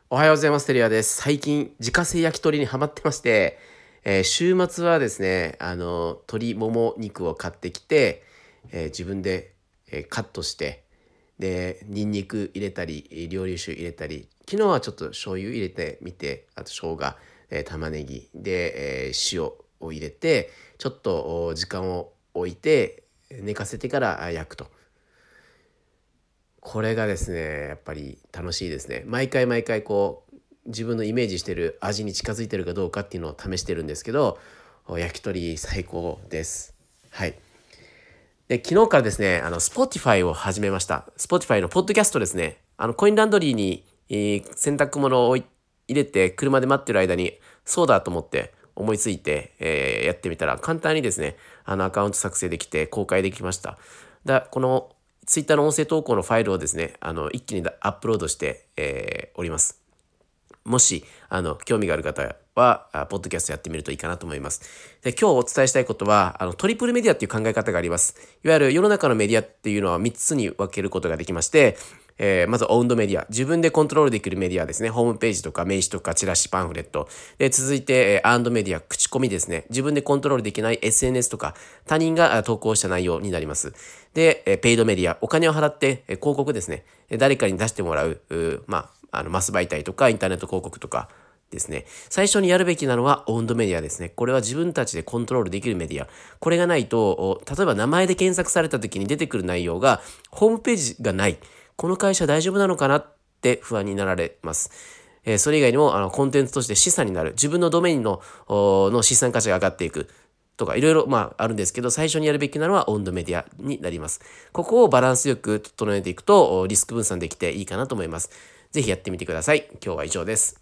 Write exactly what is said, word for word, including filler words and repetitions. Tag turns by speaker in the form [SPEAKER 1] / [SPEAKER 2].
[SPEAKER 1] おはようございます。テリアです。最近、自家製焼き鳥にハマってまして、えー週末はですね、あの、鶏もも肉を買ってきて、えー自分で、えーカットして、で、ニンニク入れたり、料理酒入れたり、昨日はちょっと醤油入れてみて、あと生姜、えー玉ねぎで、えー塩を入れて、ちょっとお時間を置いて、寝かせてからあ焼くと。これがですね、やっぱり楽しいですね。毎回毎回こう、自分のイメージしてる味に近づいてるかどうかっていうのを試してるんですけど、焼き鳥最高です。はい。で、昨日からですね、あの、Spotify を始めました。Spotify のポッドキャストですね。あの、コインランドリーに、えー洗濯物を置い入れて車で待ってる間に、そうだと思って思いついて、えーやってみたら簡単にですね、あの、アカウント作成できて公開できました。だ、この Twitter の音声投稿のファイルをですね、あの、一気にアップロードして、えーおります。もし、あの、興味がある方は、あポッドキャストやってみるといいかなと思います。で、今日お伝えしたいことは、あの、トリプルメディアっていう考え方があります。いわゆる世の中のメディアっていうのはみっつに分けることができまして、えーまず、オウンドメディア。自分でコントロールできるメディアですね。ホームページとか名刺とかチラシパンフレット。で、続いて、えーアンドメディア。口コミですね。自分でコントロールできない エスエヌエス とか他人があ投稿した内容になります。で、えーペイドメディア。お金を払って、えー広告ですね。えー誰かに出してもらう、うーまあ、あの、マス媒体とかインターネット広告とか、ですね。最初にやるべきなのはオウンドメディアですね。これは自分たちでコントロールできるメディア。これがないと、例えば名前で検索された時に出てくる内容がホームページがない。この会社大丈夫なのかなって不安になられます。えーそれ以外にもあのコンテンツとして資産になる。自分のドメインのの資産価値が上がっていく。とかいろいろまああるんですけど、最初にやるべきなのはオウンドメディアになります。ここをバランスよく整えていくとリスク分散できていいかなと思います。ぜひやってみてください。今日は以上です。